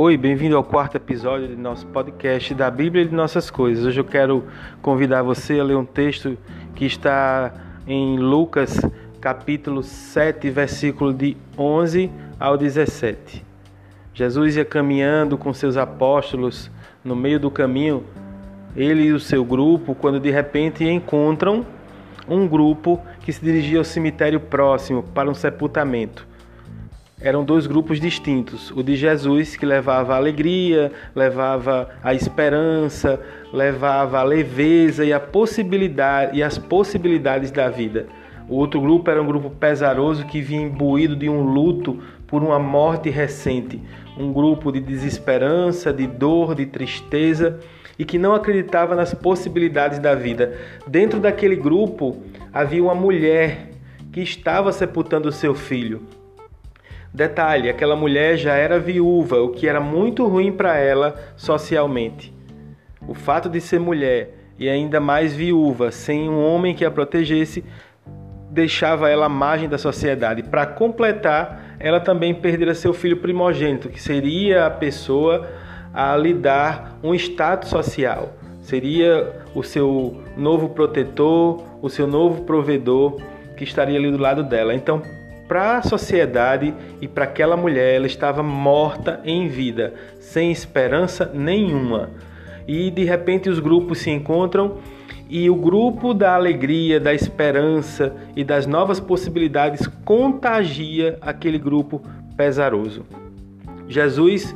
Oi, bem-vindo ao quarto episódio do nosso podcast da Bíblia e de Nossas Coisas. Hoje eu quero convidar você a ler um texto que está em Lucas, capítulo 7, versículo de 11 ao 17. Jesus ia caminhando com seus apóstolos no meio do caminho, ele e o seu grupo, quando de repente encontram um grupo que se dirigia ao cemitério próximo para um sepultamento. Eram dois grupos distintos, o de Jesus, que levava a alegria, levava a esperança, levava a leveza e as possibilidades da vida. O outro grupo era um grupo pesaroso que vinha imbuído de um luto por uma morte recente, um grupo de desesperança, de dor, de tristeza e que não acreditava nas possibilidades da vida. Dentro daquele grupo havia uma mulher que estava sepultando o seu filho. Detalhe, aquela mulher já era viúva, o que era muito ruim para ela socialmente. O fato de ser mulher e ainda mais viúva, sem um homem que a protegesse, deixava ela à margem da sociedade. Para completar, ela também perdera seu filho primogênito, que seria a pessoa a lhe dar um status social. Seria o seu novo protetor, o seu novo provedor que estaria ali do lado dela. Então, para a sociedade e para aquela mulher, ela estava morta em vida, sem esperança nenhuma. E de repente os grupos se encontram e o grupo da alegria, da esperança e das novas possibilidades contagia aquele grupo pesaroso. Jesus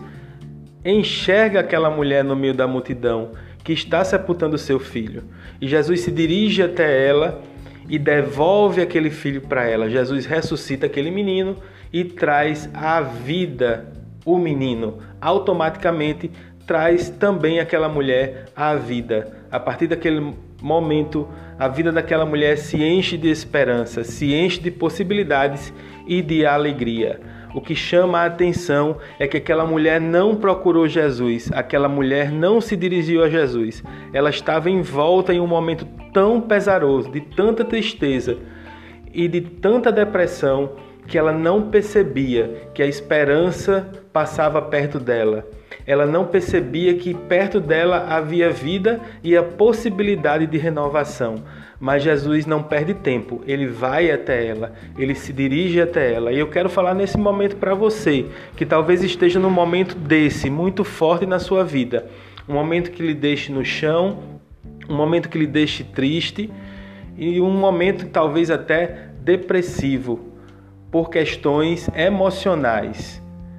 enxerga aquela mulher no meio da multidão que está sepultando seu filho. E Jesus se dirige até ela e devolve aquele filho para ela. Jesus ressuscita aquele menino e traz à vida o menino. Automaticamente traz também aquela mulher à vida. A partir daquele momento, a vida daquela mulher se enche de esperança, se enche de possibilidades e de alegria. O que chama a atenção é que aquela mulher não procurou Jesus, aquela mulher não se dirigiu a Jesus. Ela estava envolta em um momento tão pesaroso, de tanta tristeza e de tanta depressão, que ela não percebia que a esperança passava perto dela. Ela não percebia que perto dela havia vida e a possibilidade de renovação. Mas Jesus não perde tempo, ele vai até ela, ele se dirige até ela. E eu quero falar nesse momento para você, que talvez esteja num momento desse, muito forte na sua vida. Um momento que lhe deixe no chão, um momento que lhe deixe triste e um momento talvez até depressivo por questões emocionais.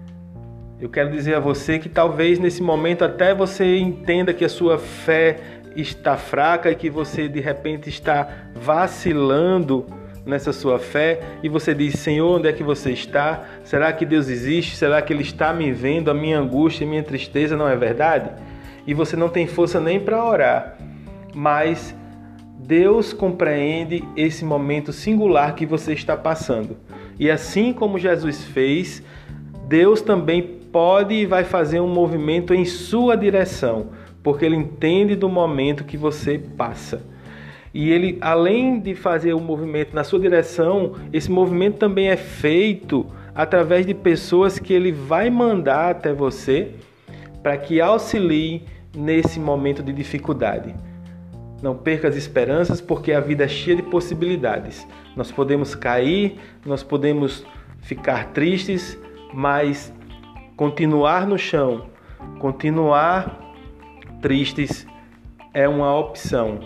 Eu quero dizer a você que talvez nesse momento até você entenda que a sua fé está fraca e que você de repente está vacilando nessa sua fé e você diz: Senhor, onde é que você está? Será que Deus existe? Será que Ele está me vendo? A minha angústia, a minha tristeza não é verdade? E você não tem força nem para orar, mas Deus compreende esse momento singular que você está passando. E assim como Jesus fez, Deus também pode e vai fazer um movimento em sua direção, porque Ele entende do momento que você passa. E Ele, além de fazer um movimento na sua direção, esse movimento também é feito através de pessoas que Ele vai mandar até você para que auxiliem nesse momento de dificuldade. Não perca as esperanças, porque a vida é cheia de possibilidades. Nós podemos cair, nós podemos ficar tristes, mas continuar no chão, continuar tristes é uma opção.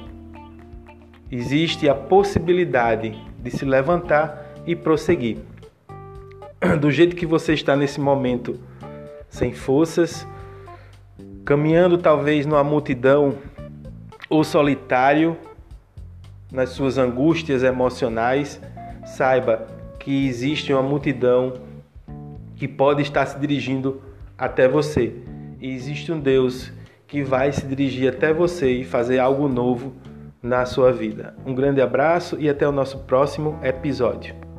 Existe a possibilidade de se levantar e prosseguir. Do jeito que você está nesse momento, sem forças, caminhando talvez numa multidão ou solitário, nas suas angústias emocionais, saiba que existe uma multidão que pode estar se dirigindo até você. E existe um Deus que vai se dirigir até você e fazer algo novo na sua vida. Um grande abraço e até o nosso próximo episódio.